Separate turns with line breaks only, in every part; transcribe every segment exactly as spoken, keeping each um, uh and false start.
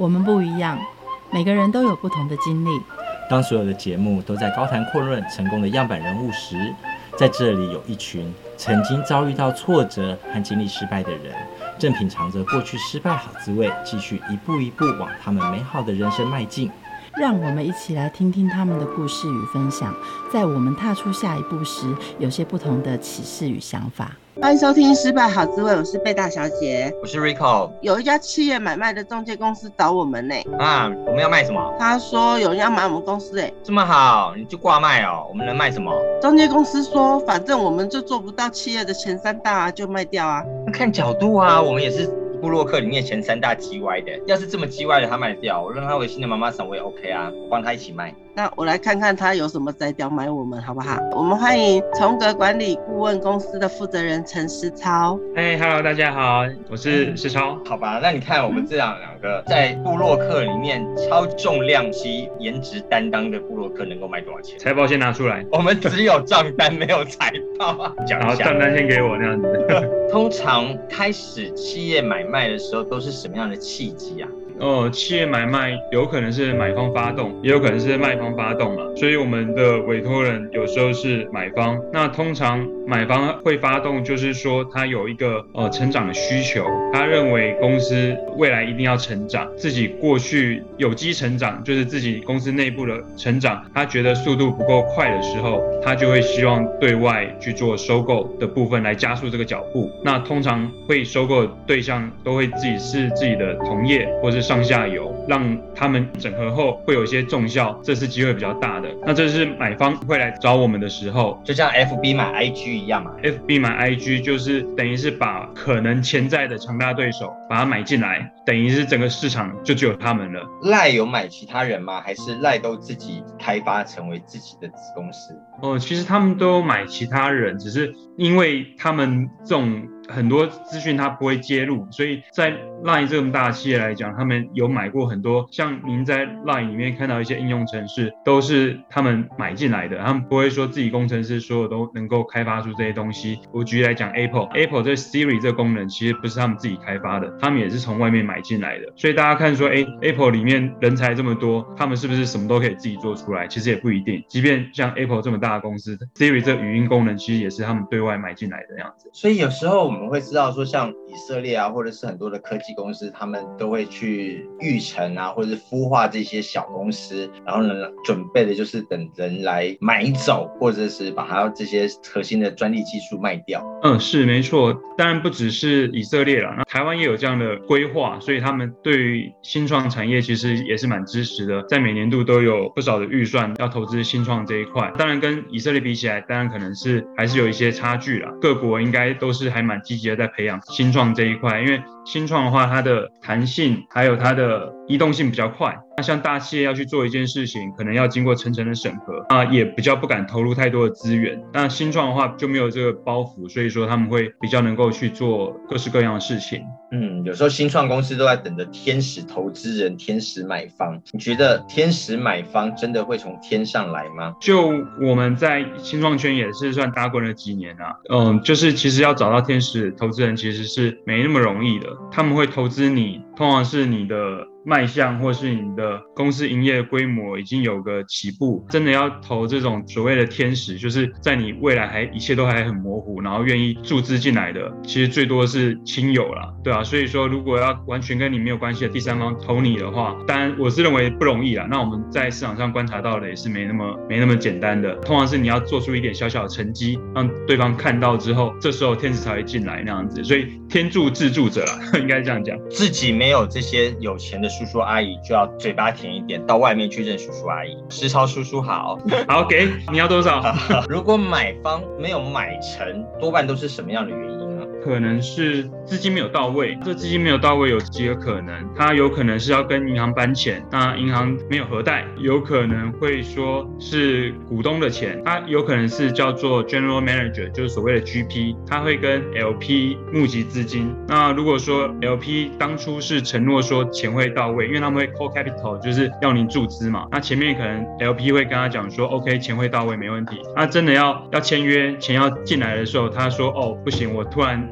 我们不一样，每个人都有不同的经历。
当所有的节目都在高谈阔论成功的样板人物时，在这里有一群曾经遭遇到挫折和经历失败的人，正品尝着过去失败好滋味，继续一步一步往他们美好的人生迈进。
让我们一起来听听他们的故事与分享，在我们踏出下一步时，有些不同的启示与想法。
欢迎收听失败好滋味，我是贝大小姐，
我是 Rico。
有一家企业买卖的中介公司找我们呢。
啊，我们要卖什么？
他说有人要买我们公司哎。
这么好，你就挂卖哦。我们能卖什么？
中介公司说反正我们就做不到企业的前三大啊，就卖掉啊。
看角度啊，我们也是部落客里面前三大 G Y 的，要是这么 G Y 的他卖掉，我让他为新的妈妈桑我也 OK 啊，我帮他一起卖。
那我来看看他有什么摘掉买我们好不好？我们欢迎崇格管理顾问公司的负责人陈时超。
哎 ，Hello， 大家好，我是时超。
好吧，那你看我们这两两个在部落客里面超重量级、颜值担当的部落客能够卖多少钱？
财报先拿出来。
我们只有账单没有财报啊，讲一下。
账单先给我那样子。
通常开始企业买卖的时候都是什么样的契机啊？
哦，企业买卖有可能是买方发动，也有可能是卖方发动了，所以我们的委托人有时候是买方。那通常买方会发动，就是说他有一个呃成长的需求，他认为公司未来一定要成长，自己过去有机成长，就是自己公司内部的成长，他觉得速度不够快的时候，他就会希望对外去做收购的部分来加速这个脚步。那通常会收购的对象都会自己是自己的同业或是上下游，让他们整合后会有一些重效，这是机会比较大的。那这是买方会来找我们的时候，
就像 F B 买 I G 一样嘛。
F B 买 I G 就是等于是把可能潜在的强大对手把它买进来，等于是整个市场就只有他们了。
赖有买其他人吗？还是赖都自己开发成为自己的子公司？
哦，其实他们都买其他人，只是因为他们这种很多资讯他不会揭露，所以在 LINE 这么大的企业来讲，他们有买过很多，像您在 LINE 里面看到一些应用程式，都是他们买进来的，他们不会说自己工程师所有都能够开发出这些东西。我举例来讲 Apple Apple 这 Siri 这个功能其实不是他们自己开发的，他们也是从外面买进来的。所以大家看说，哎 ，Apple 里面人才这么多，他们是不是什么都可以自己做出来？其实也不一定，即便像 Apple 这么大的公司 ，Siri 这个语音功能其实也是他们对外买进来的样子。
所以有时候我们会知道说，像以色列啊，或者是很多的科技公司，他们都会去育成啊，或者是孵化这些小公司，然后呢，准备的就是等人来买走，或者是把它这些核心的专利技术卖掉。
嗯，是没错，当然不只是以色列啦，那台湾也有这样的规划，所以他们对于新创产业其实也是蛮支持的，在每年度都有不少的预算要投资新创这一块。当然跟以色列比起来，当然可能是还是有一些差距啦，各国应该都是还蛮积极的在培养新创这一块，因为新创的话，它的弹性还有它的移动性比较快。那像大企业要去做一件事情，可能要经过层层的审核啊，也比较不敢投入太多的资源。那新创的话就没有这个包袱，所以说他们会比较能够去做各式各样的事情。
嗯，有时候新创公司都在等着天使投资人、天使买方。你觉得天使买方真的会从天上来吗？
就我们在新创圈也是算打滚了几年啊，嗯，就是其实要找到天使投资人其实是没那么容易的。他们会投资你，通常是你的卖相或是你的公司营业的规模已经有个起步，真的要投这种所谓的天使，就是在你未来还一切都还很模糊，然后愿意注资进来的，其实最多是亲友啦，对啊，所以说如果要完全跟你没有关系的第三方投你的话，当然我是认为不容易啦。那我们在市场上观察到的也是没那么没那么简单的，通常是你要做出一点小小的成绩，让对方看到之后，这时候天使才会进来那样子。所以天助自助者啦，应该这样讲。
自己没有这些有钱的叔叔阿姨，就要嘴巴甜一点，到外面去认叔叔阿姨。时超叔叔好，
好给你要多少？
如果买方没有买成，多半都是什么样的原因？
可能是资金没有到位，这资金没有到位有几个可能，它有可能是要跟银行搬钱，那银行没有核贷，有可能会说是股东的钱，它有可能是叫做 General Manager， 就是所谓的 G P， 它会跟 L P 募集资金。那如果说 L P 当初是承诺说钱会到位，因为他们会 call capital， 就是要你注资嘛，那前面可能 L P 会跟他讲说 OK 钱会到位没问题，那真的要要签约钱要进来的时候，他说哦不行，我突然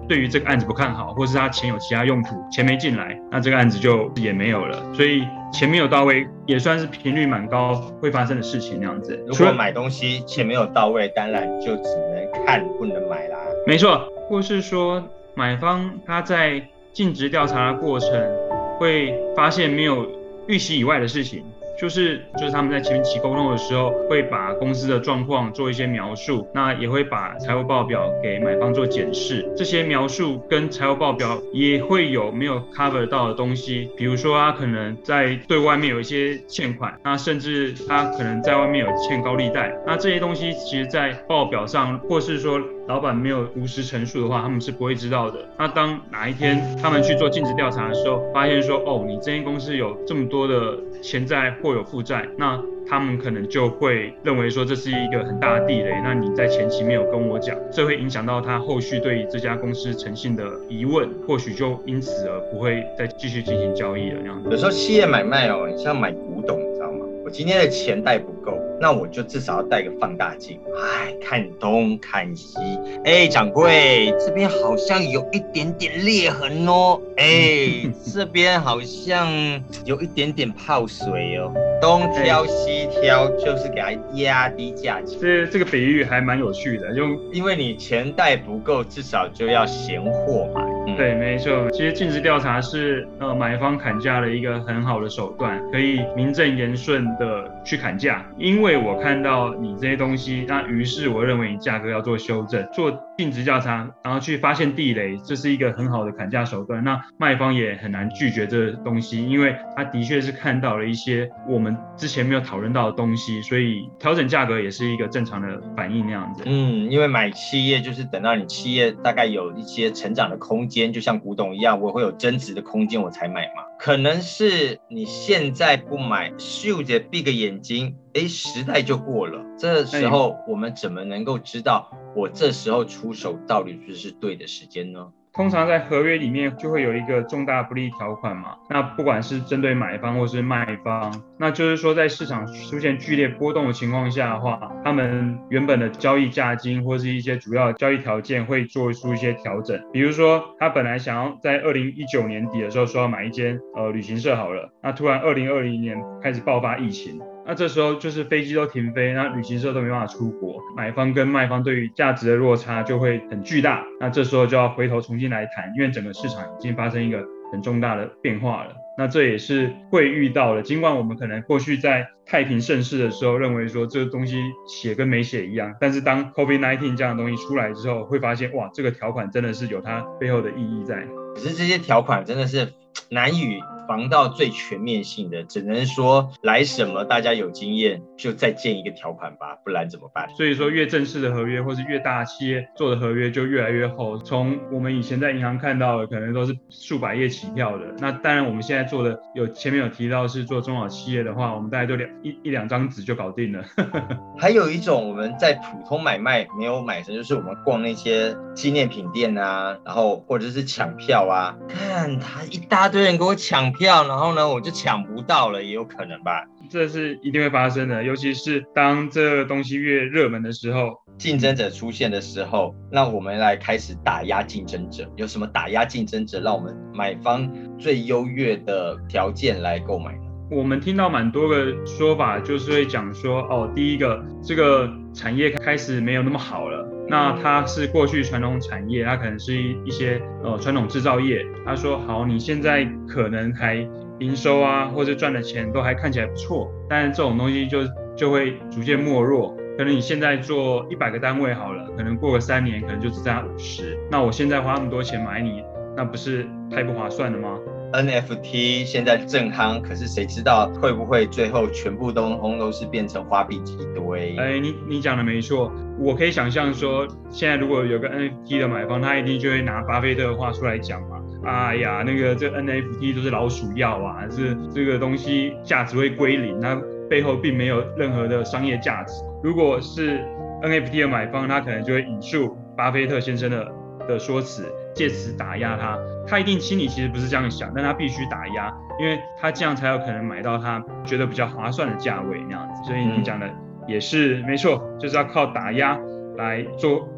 对于这个案子不看好，或是他钱有其他用途，钱没进来，那这个案子就也没有了。所以钱没有到位，也算是频率蛮高会发生的事情那样子。
如果买东西钱没有到位，当然就只能看不能买啦。
没错，或是说买方他在尽职调查的过程会发现没有预期以外的事情。就是就是他们在前期沟通的时候，会把公司的状况做一些描述，那也会把财务报表给买方做检视。这些描述跟财务报表也会有没有 cover 到的东西，比如说他可能在对外面有一些欠款，那甚至他可能在外面有欠高利贷，那这些东西其实在报表上，或是说老板没有如实陈述的话，他们是不会知道的。那当哪一天他们去做尽职调查的时候，发现说哦，你这间公司有这么多的潜在或有负债，那他们可能就会认为说这是一个很大的地雷，那你在前期没有跟我讲，这会影响到他后续对这家公司诚信的疑问，或许就因此而不会再继续进行交易了那样子。
有时候企业买卖哦，你像买古董，你知道吗？我今天的钱带不够，那我就至少要带个放大镜，哎，看东看西。哎，掌柜，这边好像有一点点裂痕哦。哎，这边好像有一点点泡水哦。东挑西挑，就是给它压低价钱。
这这个比喻还蛮有趣的，就
因为你钱带不够，至少就要闲货嘛。嗯、
对，没错。其实尽职调查是呃买方砍价的一个很好的手段，可以名正言顺的去砍价。因为我看到你这些东西，那于是我认为你价格要做修正，做尽职调查，然后去发现地雷，这是一个很好的砍价手段。那卖方也很难拒绝这东西，因为他的确是看到了一些我们之前没有讨论到的东西，所以调整价格也是一个正常的反应那样子。
嗯，因为买企业就是等到你企业大概有一些成长的空间，就像古董一样，我会有增值的空间我才买嘛。可能是你现在不买，咻着闭个眼睛，哎，时代就过了。这时候我们怎么能够知道我这时候出手到底是不是对的时间呢？
通常在合约里面就会有一个重大不利条款嘛，那不管是针对买方或是卖方，那就是说在市场出现剧烈波动的情况下的话，他们原本的交易价金或是一些主要交易条件会做出一些调整。比如说他本来想要在二零一九年底的时候说要买一间呃旅行社好了，那突然二零二零年开始爆发疫情，那这时候就是飞机都停飞，那旅行社都没办法出国，买方跟卖方对于价值的落差就会很巨大，那这时候就要回头重新来谈，因为整个市场已经发生一个很重大的变化了。那这也是会遇到的，尽管我们可能过去在太平盛世的时候认为说这个东西写跟没写一样，但是当 COVID 十九 这样的东西出来之后，会发现哇，这个条款真的是有它背后的意义在。
可是这些条款真的是难以防到最全面性的，只能说来什么大家有经验就再建一个条款吧，不然怎么办？
所以说越正式的合约或是越大企业做的合约就越来越厚，从我们以前在银行看到的可能都是数百页起跳的，那当然我们现在做的有前面有提到是做中小企业的话，我们大概就两一一两张纸就搞定了。
还有一种我们在普通买卖没有买成，就是我们逛那些纪念品店啊，然后或者是抢票啊，看他一大堆人给我抢票，然后呢我就抢不到了，也有可能吧。
这是一定会发生的，尤其是当这个东西越热门的时候，
竞争者出现的时候，那我们来开始打压竞争者。有什么打压竞争者让我们买方最优越的条件来购买呢？
我们听到蛮多个说法，就是会讲说，哦，第一个，这个产业开始没有那么好了，那它是过去传统产业，它可能是一些呃传统制造业。他说，好，你现在可能还营收啊，或者赚的钱都还看起来不错，但是这种东西就就会逐渐没落。可能你现在做一百个单位好了，可能过个三年，可能就只剩下五十。那我现在花那么多钱买你，那不是太不划算了吗
？N F T 现在正夯，可是谁知道会不会最后全部都都是变成花币一堆？
哎，你你讲的没错，我可以想象说，现在如果有个 N F T 的买方，他一定就会拿巴菲特的话出来讲嘛。哎呀，那个这 N F T 都是老鼠药啊，是这个东西价值会归零，它背后并没有任何的商业价值。如果是 N F T 的买方，他可能就会引述巴菲特先生的的说辞，借此打压他。他一定心里其实不是这样想，但他必须打压，因为他这样才有可能买到他觉得比较划算的价位那样子。所以你讲的也是没错，就是要靠打压来做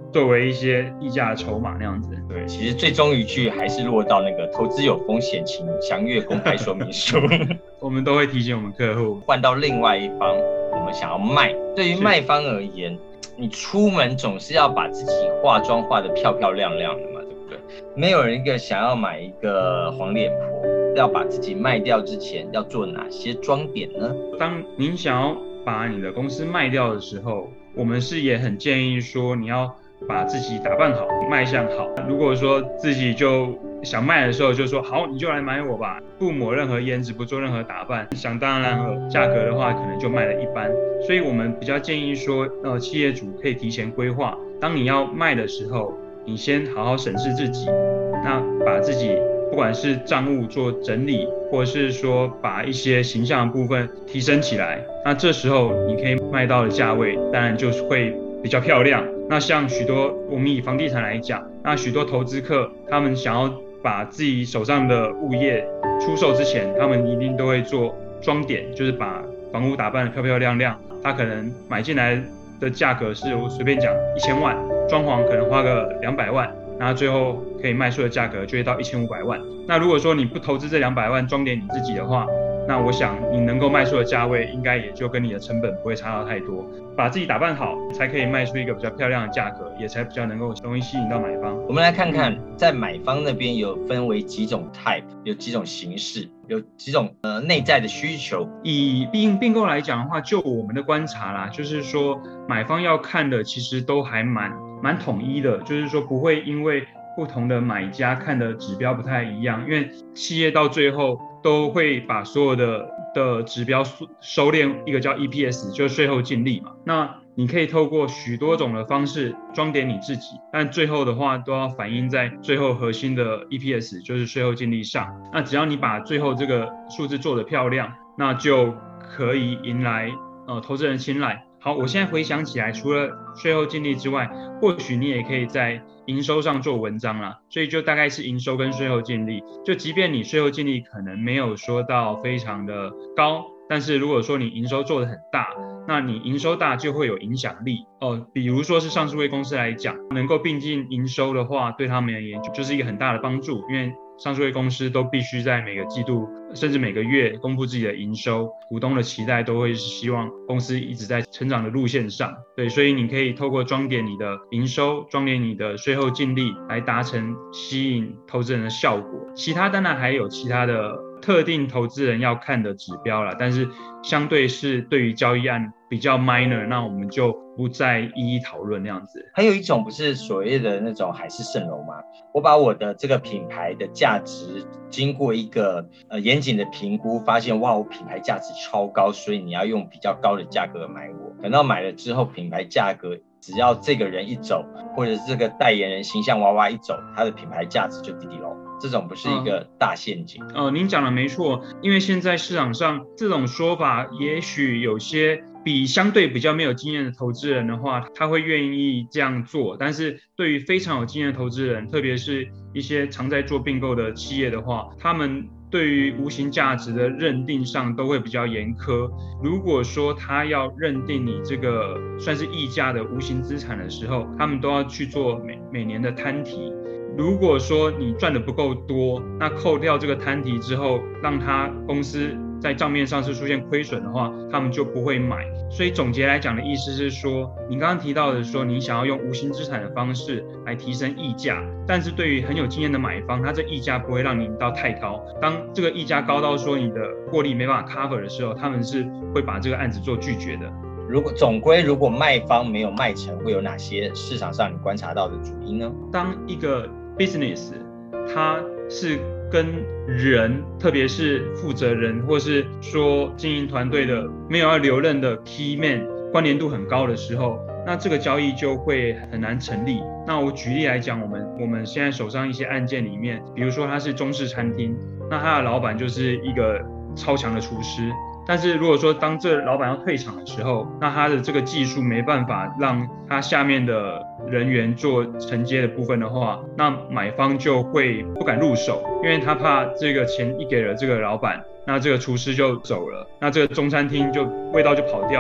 作为一些议价的筹码那样子。
对，其实最终一句还是落到那个投资有风险，请详阅公开说明书。
我们都会提醒我们客户。
换到另外一方，我们想要卖，对于卖方而言，你出门总是要把自己化妆化得漂漂亮亮的嘛，对不对？没有人一个想要买一个黄脸婆，要把自己卖掉之前要做哪些装点呢？
当您想要把你的公司卖掉的时候，我们是也很建议说你要把自己打扮好，卖相好。如果说自己就想卖的时候就说好，你就来买我吧，不抹任何胭脂，不做任何打扮，想当然了，价格的话可能就卖了一般。所以我们比较建议说，呃，企业主可以提前规划，当你要卖的时候，你先好好审视自己，那把自己不管是账务做整理，或者是说把一些形象的部分提升起来，那这时候你可以卖到的价位当然就是会比较漂亮。那像许多我们以房地产来讲，那许多投资客他们想要把自己手上的物业出售之前，他们一定都会做装点，就是把房屋打扮得漂漂亮亮。他可能买进来的价格是我随便讲一千万，装潢可能花个两百万，那最后可以卖出的价格就会到一千五百万。那如果说你不投资这两百万装点你自己的话，那我想你能够卖出的价位应该也就跟你的成本不会差到太多。把自己打扮好，才可以卖出一个比较漂亮的价格，也才比较能够容易吸引到买方。
我们来看看，在买方那边有分为几种 type， 有几种形式，有几种呃内在的需求。
以并并购来讲的话，就我们的观察啦，就是说买方要看的其实都还蛮蛮统一的，就是说不会因为不同的买家看的指标不太一样，因为企业到最后都会把所有的的指标收敛一个叫 E P S， 就是税后净利嘛。那你可以透过许多种的方式装点你自己，但最后的话都要反映在最后核心的 E P S， 就是税后净利上。那只要你把最后这个数字做得漂亮，那就可以迎来呃投资人青睐。好，我现在回想起来，除了税后净利之外，或许你也可以在营收上做文章啦，所以就大概是营收跟税后净利。就即便你税后净利可能没有说到非常的高，但是如果说你营收做得很大，那你营收大就会有影响力哦。比如说是上市柜公司来讲，能够并进营收的话，对他们而言就是一个很大的帮助，因为上市柜公司都必须在每个季度甚至每个月公布自己的营收，股东的期待都会是希望公司一直在成长的路线上。对，所以你可以透过装点你的营收，装点你的税后净利，来达成吸引投资人的效果。其他当然还有其他的特定投资人要看的指标啦，但是相对是对于交易案比较 minor， 那我们就不再一一讨论那样子。
还有一种不是所谓的那种海市蜃楼吗？我把我的这个品牌的价值经过一个呃严谨的评估，发现哇，我品牌价值超高，所以你要用比较高的价格买我。等到买了之后，品牌价格只要这个人一走，或者是这个代言人形象娃娃一走，他的品牌价值就滴滴喽。这种不是一个大陷阱。
呃、哦，您讲的没错，因为现在市场上这种说法，也许有些比相对比较没有经验的投资人的话，他会愿意这样做。但是对于非常有经验的投资人，特别是一些常在做并购的企业的话，他们对于无形价值的认定上都会比较严苛。如果说他要认定你这个算是溢价的无形资产的时候，他们都要去做每每年的摊提。如果说你赚的不够多，那扣掉这个摊提之后，让他公司在账面上是出现亏损的话，他们就不会买。所以总结来讲的意思是说，你刚刚提到的说你想要用无形资产的方式来提升溢价，但是对于很有经验的买方，他这溢价不会让你到太高。当这个溢价高到说你的获利没办法 cover 的时候，他们是会把这个案子做拒绝的。
如果总归如果卖方没有卖成，会有哪些市场上你观察到的主因呢？
当一个 business 它是跟人，特别是负责人或是说经营团队的没有要留任的 key man 关联度很高的时候，那这个交易就会很难成立。那我举例来讲，我们我们现在手上一些案件里面，比如说它是中式餐厅，那他的老板就是一个超强的厨师，但是如果说当这老板要退场的时候，那他的这个技术没办法让他下面的人员做承接的部分的话，那买方就会不敢入手，因为他怕这个钱一给了这个老板，那这个厨师就走了，那这个中餐厅就味道就跑掉了，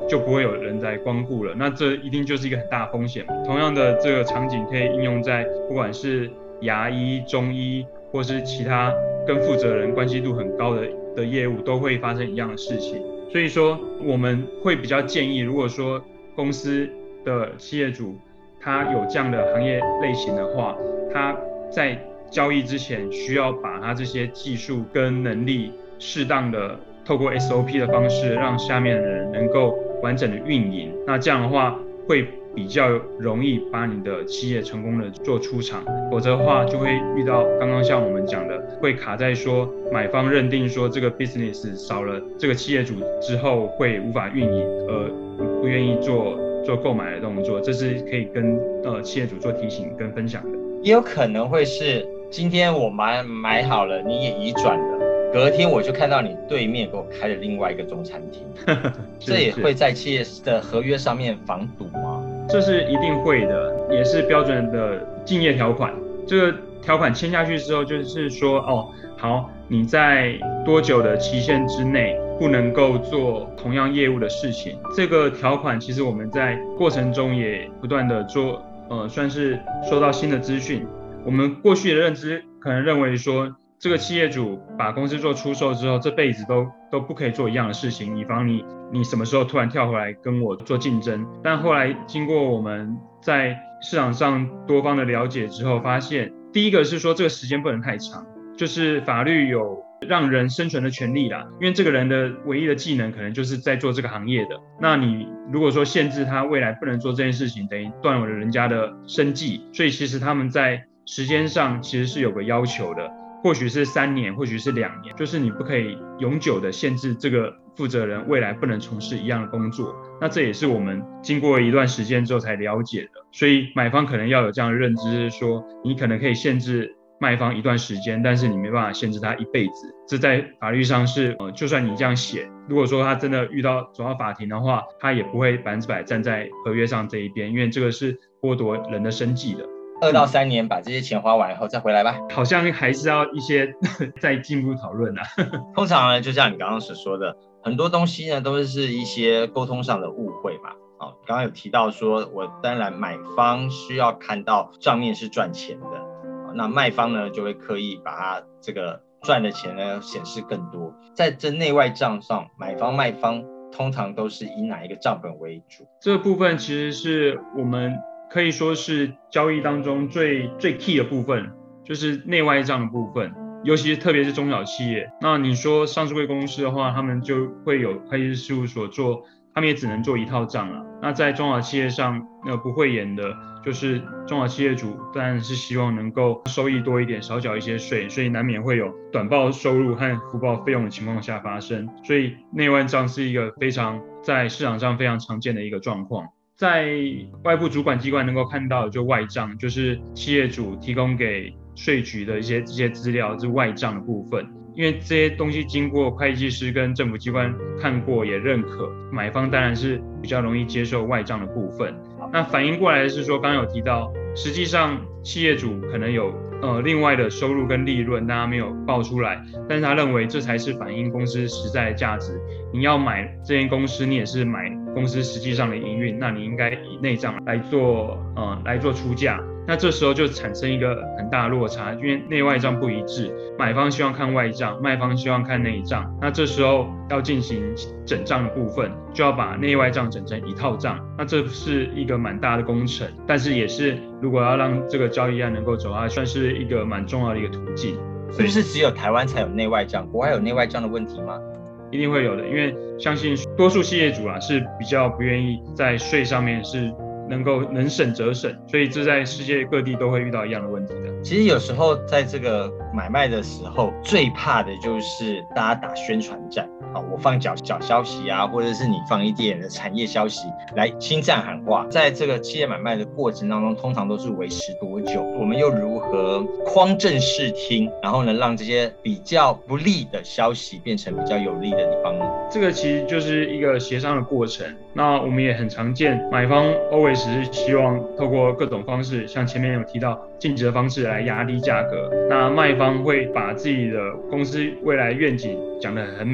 就不会有人来光顾了，那这一定就是一个很大的风险。同样的这个场景可以应用在不管是牙医、中医或是其他跟负责人关系度很高的的业务，都会发生一样的事情。所以说我们会比较建议，如果说公司的企业主他有这样的行业类型的话，他在交易之前需要把他这些技术跟能力适当的透过 S O P 的方式让下面的人能够完整的运营，那这样的话会比较容易把你的企业成功的做出场，否则的话就会遇到刚刚像我们讲的，会卡在说买方认定说这个 business 少了这个企业主之后会无法运营，而不愿意做做购买的动作，这是可以跟呃企业主做提醒跟分享的。
也有可能会是今天我买买好了，你也移转了，隔天我就看到你对面给我开了另外一个中餐厅，这也会在企业的合约上面防堵吗？
这是一定会的，也是标准的竞业条款。这个条款签下去之后，就是说，哦，好，你在多久的期限之内不能够做同样业务的事情。这个条款其实我们在过程中也不断的做，呃，算是收到新的资讯。我们过去的认知可能认为说，这个企业主把公司做出售之后，这辈子都都不可以做一样的事情，以防你你什么时候突然跳回来跟我做竞争。但后来经过我们在市场上多方的了解之后，发现第一个是说这个时间不能太长，就是法律有让人生存的权利啦，因为这个人的唯一的技能可能就是在做这个行业的，那你如果说限制他未来不能做这件事情，等于断了人家的生计，所以其实他们在时间上其实是有个要求的。或许是三年，或许是两年，就是你不可以永久的限制这个负责人未来不能从事一样的工作。那这也是我们经过一段时间之后才了解的。所以买方可能要有这样的认知，是说你可能可以限制卖方一段时间，但是你没办法限制他一辈子。这在法律上是，呃，就算你这样写，如果说他真的遇到走到法庭的话，他也不会百分之百站在合约上这一边，因为这个是剥夺人的生计的。
二到三年把这些钱花完以后再回来吧，
好像还是要一些再进一步讨论啊。
通常呢，就像你刚刚所说的，很多东西呢都是一些沟通上的误会嘛。哦，刚刚有提到说，我当然买方需要看到账面是赚钱的，哦，那卖方呢就会刻意把它这个赚的钱呢显示更多。在这内外账上，买方卖方通常都是以哪一个账本为主？
这个部分其实是我们可以说是交易当中最最 key 的部分，就是内外账的部分，尤其是特别是中小企业。那你说上市柜公司的话，他们就会有会计师事务所做，他们也只能做一套账了。那在中小企业上，呃，不会演的就是中小企业主当然是希望能够收益多一点，少缴一些税，所以难免会有短报收入和福报费用的情况下发生。所以内外账是一个非常在市场上非常常见的一个状况。在外部主管机关能够看到的就外账，就是企业主提供给税局的一些这些资料，是外账的部分。因为这些东西经过会计师跟政府机关看过也认可，买方当然是比较容易接受外账的部分。那反映过来的是说，刚刚有提到，实际上企业主可能有呃另外的收入跟利润，大家没有报出来，但是他认为这才是反映公司实在的价值。你要买这间公司，你也是买公司实际上的营运，那你应该以内账来做呃来做出价。那这时候就产生一个很大的落差，因为内外账不一致，买方希望看外账，卖方希望看内账。那这时候要进行整账的部分，就要把内外账整成一套账。那这是一个蛮大的工程，但是也是如果要让这个交易案能够走下去，算是一个蛮重要的一个途径。
是不是只有台湾才有内外账？国外有内外账的问题吗？
一定会有的，因为相信多数企业主啊是比较不愿意在税上面是能够能省则省，所以这在世界各地都会遇到一样的问题的。
其实有时候在这个买卖的时候，最怕的就是大家打宣传战啊，我放假假消息啊，或者是你放一点的产业消息来心战喊话。在这个企业买卖的过程当中，通常都是维持多久？我们又如何匡正视听，然后呢，让这些比较不利的消息变成比较有利的地方呢？
这个其实就是一个协商的过程。那我们也很常见，买方 always 是希望透过各种方式，像前面有提到尽职的方式来压低价格。那卖方会把自己的公司未来愿景讲得很美，都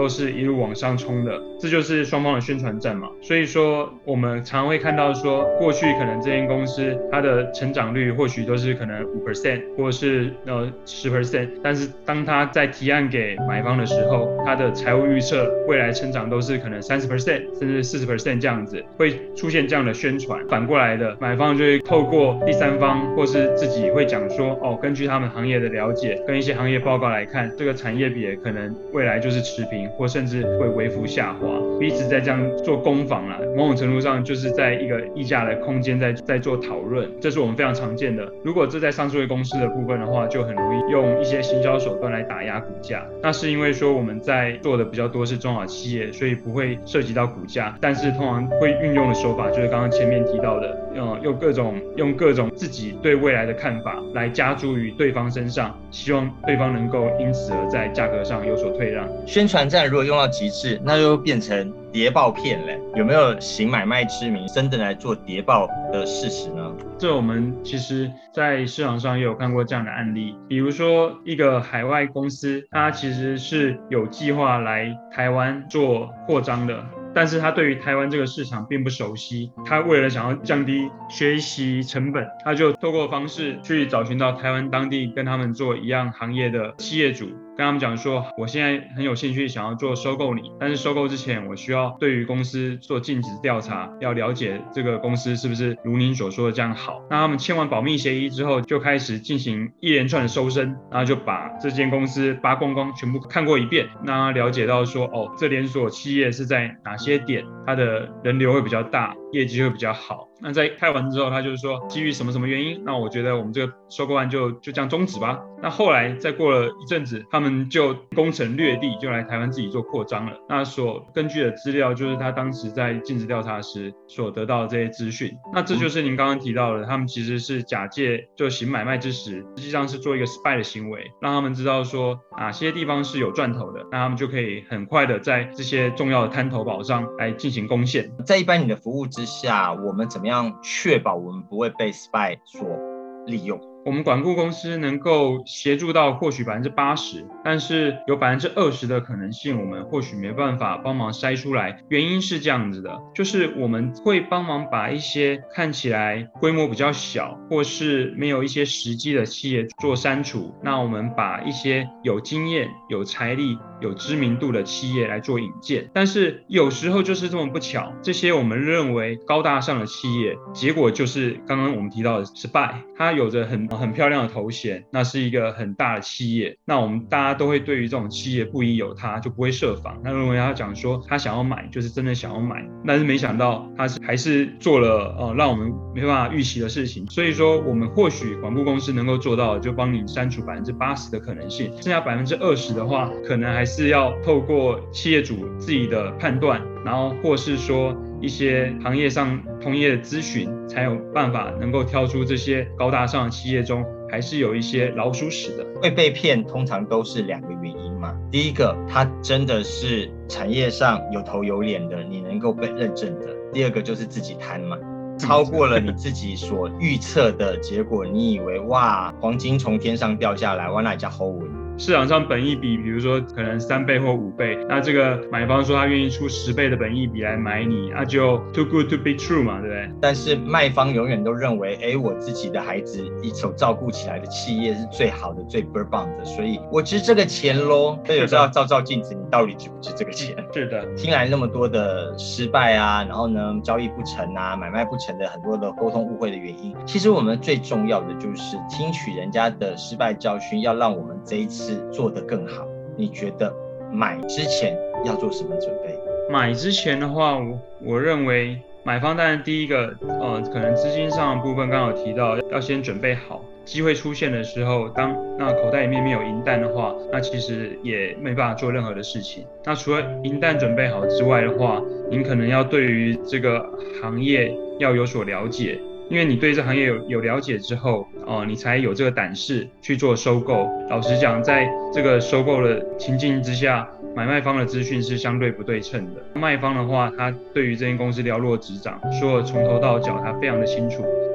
都是一路往上冲的，这就是双方的宣传战嘛。所以说我们常会看到说，过去可能这间公司它的成长率或许都是可能 百分之五 或者是呃 百分之十， 但是当他在提案给买方的时候，他的财务预测未来成长都是可能 百分之三十 甚至 百分之四十 这样子，会出现这样的宣传。反过来的，买方就会透过第三方或是自己会讲说，哦，根据他们行业的了解跟一些行业报告来看，这个产业比可能未来就是持平或甚至会微幅下滑，彼此在这样做攻防啦，某种程度上就是在一个议价的空间在在做讨论，这是我们非常常见的。如果这在上述公司的部分的话，就很容易用一些行销手段来打压股价。那是因为说我们在做的比较多是中小企业，所以不会涉及到股价，但是通常会运用的手法就是刚刚前面提到的，嗯，用各种用各种自己对未来的看法来加诸于对方身上，希望对方能够因此而在价格上有所退让。
宣传战如果用到极致，那就变成谍报片嘞。有没有行买卖之名真的来做谍报的事实呢？
这我们其实在市场上也有看过这样的案例，比如说一个海外公司，它其实是有计划来台湾做扩张的，但是他对于台湾这个市场并不熟悉，他为了想要降低学习成本，他就透过方式去找寻到台湾当地跟他们做一样行业的企业主，跟他们讲说，我现在很有兴趣想要做收购你，但是收购之前我需要对于公司做尽职调查，要了解这个公司是不是如您所说的这样好。那他们签完保密协议之后，就开始进行一连串的搜身，然后就把这间公司扒光光全部看过一遍，让他了解到说，哦，这连锁企业是在哪些点它的人流会比较大，业绩会比较好。那在开完之后，他就是说基于什么什么原因，那我觉得我们这个收购案就就这样终止吧。那后来再过了一阵子，他们就攻城略地，就来台湾自己做扩张了。那所根据的资料就是他当时在尽职调查时所得到的这些资讯。那这就是您刚刚提到的，他们其实是假借就行买卖之实，实际上是做一个 spy 的行为，让他们知道说哪些地方是有赚头的，那他们就可以很快的在这些重要的滩头堡上来进行攻陷。
在一般你的服务之下，我们怎么样确保我们不会被 spy 所利用？
我们管顾公司能够协助到或许 百分之八十， 但是有 百分之二十 的可能性我们或许没办法帮忙筛出来。原因是这样子的，就是我们会帮忙把一些看起来规模比较小或是没有一些时机的企业做删除，那我们把一些有经验、有财力、有知名度的企业来做引荐。但是有时候就是这么不巧，这些我们认为高大上的企业，结果就是刚刚我们提到的 spy， 它有着很很漂亮的头衔，那是一个很大的企业，那我们大家都会对于这种企业不疑有他，就不会设防。那认为他讲说他想要买就是真的想要买，但是没想到他还是做了呃让我们没办法预期的事情。所以说我们或许管顾公司能够做到的，就帮你删除 百分之八十 的可能性，剩下 百分之二十 的话，可能还是要透过企业主自己的判断，然后或是说一些行业上同业的咨询，才有办法能够挑出这些高大上的企业中还是有一些老鼠屎的。
会被骗通常都是两个原因嘛，第一个，它真的是产业上有头有脸的，你能够被认证的；第二个就是自己贪嘛，超过了你自己所预测的结果，你以为哇黄金从天上掉下来，哇那叫好稳。
市场上本益比比如说可能三倍或五倍，那这个买方说他愿意出十倍的本益比来买你，那就 too good to be true 嘛，对不对？
但是卖方永远都认为，哎，我自己的孩子一手照顾起来的企业是最好的、最棒的，所以我值这个钱咯。所以有时候要照照镜子，你到底值不值这个钱？
是的。
听来那么多的失败啊，然后呢交易不成啊，买卖不成的很多的沟通误会的原因，其实我们最重要的就是听取人家的失败教训，要让我们这一次做得更好。你觉得买之前要做什么准备？
买之前的话，我我认为买方当然第一个，呃，可能资金上的部分刚刚有提到，要先准备好。机会出现的时候，当那口袋里面没有银弹的话，那其实也没办法做任何的事情。那除了银弹准备好之外的话，您可能要对于这个行业要有所了解。因为你对这行业 有, 有了解之后，呃，你才有这个胆识去做收购。老实讲，在这个收购的情境之下，买卖方的资讯是相对不对称的。卖方的话，他对于这间公司了若指掌，所有从头到脚他非常的清楚。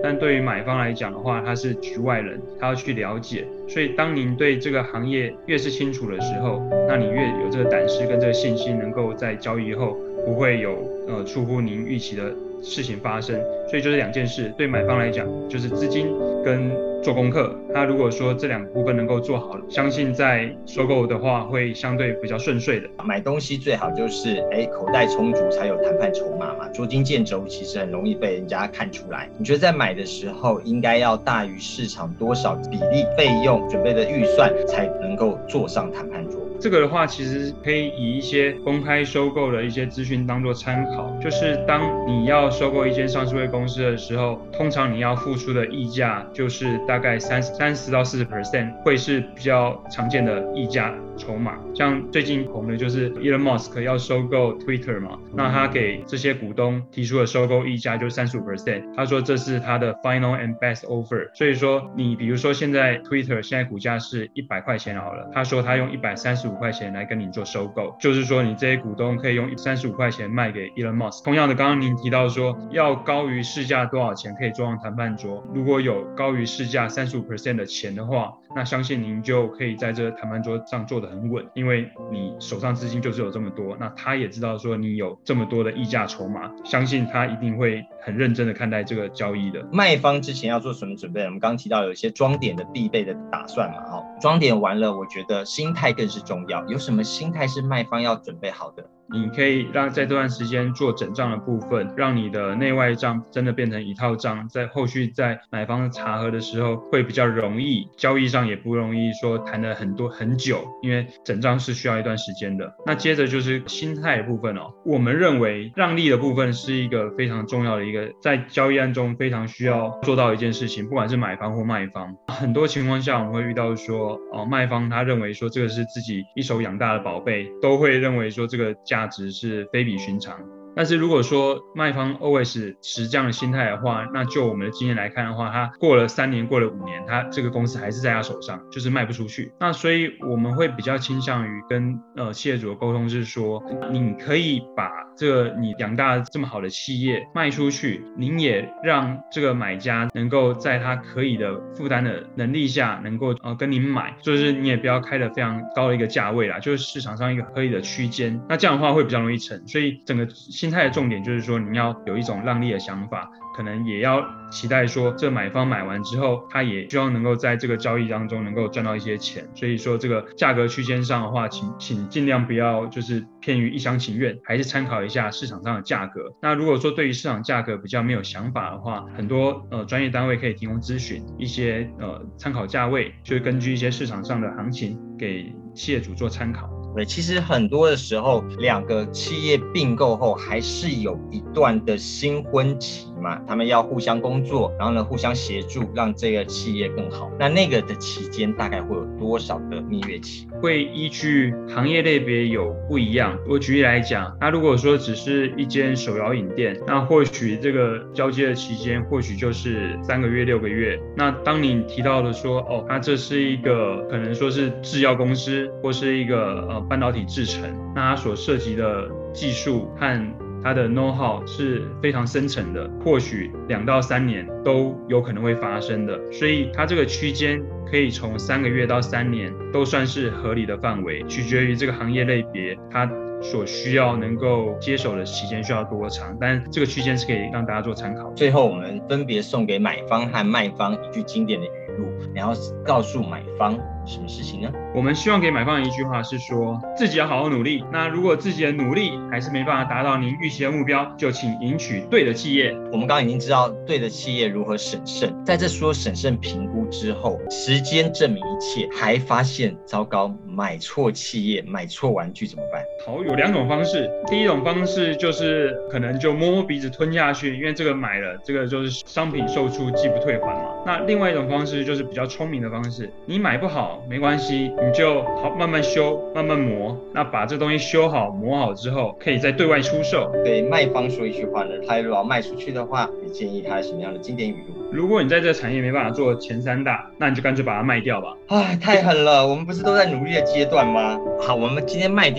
但对于买方来讲的话，他是局外人，他要去了解。所以当您对这个行业越是清楚的时候，那你越有这个胆识跟这个信心，能够在交易后不会有呃出乎您预期的事情发生。所以就是两件事，对买方来讲就是资金跟做功课，他如果说这两个部分能够做好，相信在收购的话会相对比较顺遂的。
买东西最好就是哎口袋充足才有谈判筹码嘛，捉襟见肘其实很容易被人家看出来。你觉得在买的时候应该要大于市场多少比例费用准备的预算才能够坐上谈判桌？
这个的话，其实可以以一些公开收购的一些资讯当作参考。就是当你要收购一间上市公司的时候，通常你要付出的溢价就是大概三十到四十 percent 会是比较常见的溢价筹码。像最近红的就是 Elon Musk 要收购 Twitter 嘛，那他给这些股东提出的收购溢价就是 百分之三十五， 他说这是他的 final and best offer。所以说你比如说现在 Twitter 现在股价是一百块钱好了，他说他用一百三十五块钱来跟你做收购，就是说你这些股东可以用三十五块钱卖给 Elon Musk。 同样的，刚刚您提到说要高于市价多少钱可以坐上谈判桌，如果有高于市价 百分之三十五 的钱的话，那相信您就可以在这个谈判桌上坐得很稳，因为你手上资金就是有这么多，那他也知道说你有这么多的溢价筹码，相信他一定会很认真的看待这个交易的。
卖方之前要做什么准备？我们刚刚提到有一些装点的必备的打算嘛，哦，装点完了，我觉得心态更是重要。有什么心态是卖方要准备好的？
你可以让在这段时间做整账的部分，让你的内外账真的变成一套账，在后续在买方查核的时候会比较容易，交易上也不容易说谈了很多很久，因为整账是需要一段时间的。那接着就是心态的部分哦，我们认为让利的部分是一个非常重要的一个在交易案中非常需要做到一件事情，不管是买方或卖方。很多情况下我们会遇到说，哦，卖方他认为说这个是自己一手养大的宝贝，都会认为说这个价值是非比寻常。但是如果说卖方 always 持这样的心态的话，那就我们的经验来看的话，他过了三年过了五年，他这个公司还是在他手上，就是卖不出去。那所以我们会比较倾向于跟呃企业主的沟通是说，你可以把这个你养大这么好的企业卖出去，您也让这个买家能够在他可以的负担的能力下能够呃跟您买，就是你也不要开得非常高的一个价位啦，就是市场上一个合理的区间，那这样的话会比较容易成。所以整个心态的重点就是说，你要有一种让利的想法，可能也要期待说这买方买完之后，他也希望能够在这个交易当中能够赚到一些钱。所以说这个价格区间上的话，请请尽量不要就是偏于一厢情愿，还是参考一下市场上的价格。那如果说对于市场价格比较没有想法的话，很多呃专业单位可以提供咨询一些呃参考价位，就是根据一些市场上的行情给企业主做参考。
对，其实很多的时候，两个企业并购后还是有一段的新婚期嘛，他们要互相工作，然后呢互相协助，让这个企业更好。那那个的期间大概会有多少的蜜月期？
会依据行业类别有不一样。我举例来讲，那如果说只是一间手摇饮店，那或许这个交接的期间或许就是三个月、六个月。那当你提到的说，哦，那这是一个可能说是制药公司或是一个呃半导体制程，那它所涉及的技术和它的 know how 是非常深层的，或许两到三年都有可能会发生的。所以它这个区间可以从三个月到三年都算是合理的范围，取决于这个行业类别它所需要能够接手的期间需要多长，但这个区间是可以让大家做参考。
最后我们分别送给买方和卖方一句经典的语录，然后告诉买方什么事情呢？
我们希望给买方的一句话是说，自己要好好努力，那如果自己的努力还是没办法达到您预期的目标，就请迎娶对的企业。
我们刚刚已经知道对的企业如何审慎，在这说审慎评估之后，时间证明一切，还发现糟糕，买错企业，买错玩具怎么办？
好，有两种方式。第一种方式就是可能就摸摸鼻子吞下去，因为这个买了，这个就是商品售出既不退还嘛。那另外一种方式就是比较聪明的方式，你买不好没关系，你就好慢慢修，慢慢磨。那把这东西修好、磨好之后，可以再对外出售。
对卖方说一句话呢，他如果要卖出去的话，你建议他什么样的经典语录？
如果你在这个产业没办法做前三大，那你就干脆把它卖掉吧。
唉，太狠了，我们不是都在努力的阶段吗？好，我们今天卖掉了。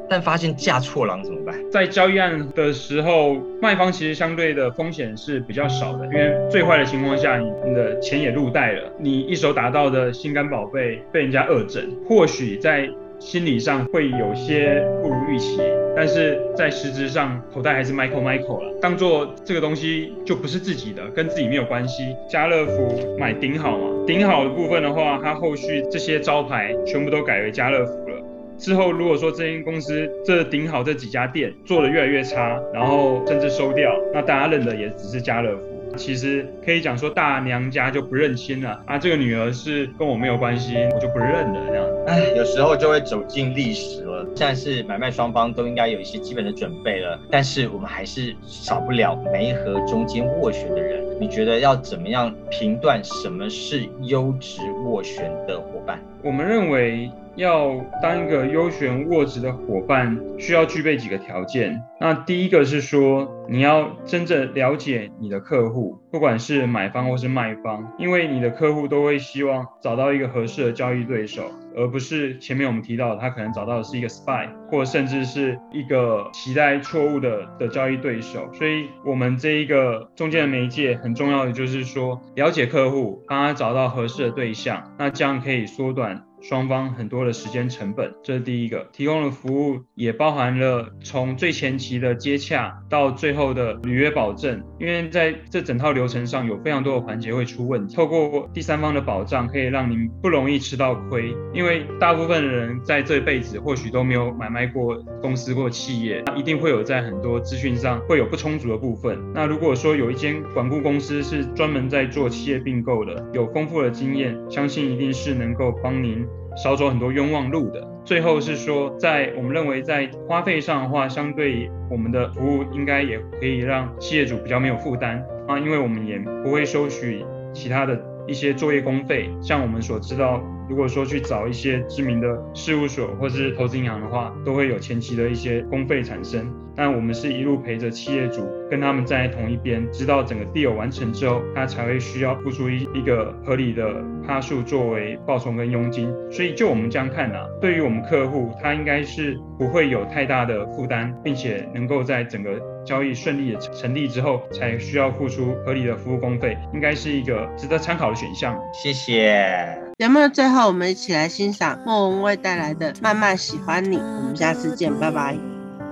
但发现嫁错郎怎么办？
在交易案的时候，卖方其实相对的风险是比较少的，因为最坏的情况下，你的钱也入袋了，你一手打到的心肝宝贝被人家恶整，或许在心理上会有些不如预期，但是在实质上口袋还是 Michael Michael 了，当做这个东西就不是自己的，跟自己没有关系。家乐福买顶好嘛，顶好的部分的话，它后续这些招牌全部都改为家乐福了。之后如果说这间公司这顶好这几家店做得越来越差，然后甚至收掉，那大家认的也只是家乐福。其实可以讲说大娘家就不认亲了啊，这个女儿是跟我没有关系，我就不认了那样。
哎，有时候就会走进历史了。现在是买卖双方都应该有一些基本的准备了，但是我们还是少不了媒合中间斡旋的人。你觉得要怎么样评断什么是优质斡旋的伙伴？
我们认为要当一个优选斡质的伙伴，需要具备几个条件。那第一个是说，你要真正了解你的客户，不管是买方或是卖方，因为你的客户都会希望找到一个合适的交易对手，而不是前面我们提到的，他可能找到的是一个 spy， 或甚至是一个期待错误的的交易对手。所以我们这一个中间的媒介很重要的就是说，了解客户，帮他找到合适的对象，那这样可以缩短双方很多的时间成本，这是第一个。提供的服务也包含了从最前期的接洽到最后的履约保证，因为在这整套流程上有非常多的环节会出问题，透过第三方的保障可以让您不容易吃到亏，因为大部分的人在这辈子或许都没有买卖过公司或企业，一定会有在很多资讯上会有不充足的部分。那如果说有一间管顾公司是专门在做企业并购的，有丰富的经验，相信一定是能够帮您少走很多冤枉路的。最后是说，在我们认为在花费上的话，相对我们的服务应该也可以让企业主比较没有负担啊，因为我们也不会收取其他的一些作业公费。像我们所知道，如果说去找一些知名的事务所或是投资银行的话，都会有前期的一些公费产生。但我们是一路陪着企业主，跟他们站在同一边，直到整个 deal 完成之后，他才会需要付出一一个合理的趴数作为报酬跟佣金。所以就我们这样看啊，对于我们客户，他应该是不会有太大的负担，并且能够在整个交易顺利的成立之后，才需要付出合理的服务公费，应该是一个值得参考的选项。
谢谢。
节目的最后，我们一起来欣赏莫文蔚带来的《慢慢喜欢你》。我们下次见，拜拜。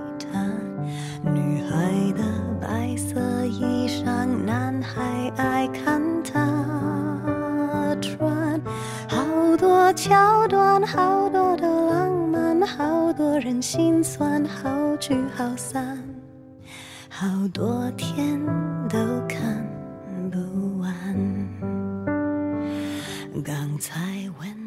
女孩的白色衣裳，男孩爱看她穿，好多桥段，好多的浪漫，好多人心酸，好聚好散，好多天都看不完。刚才问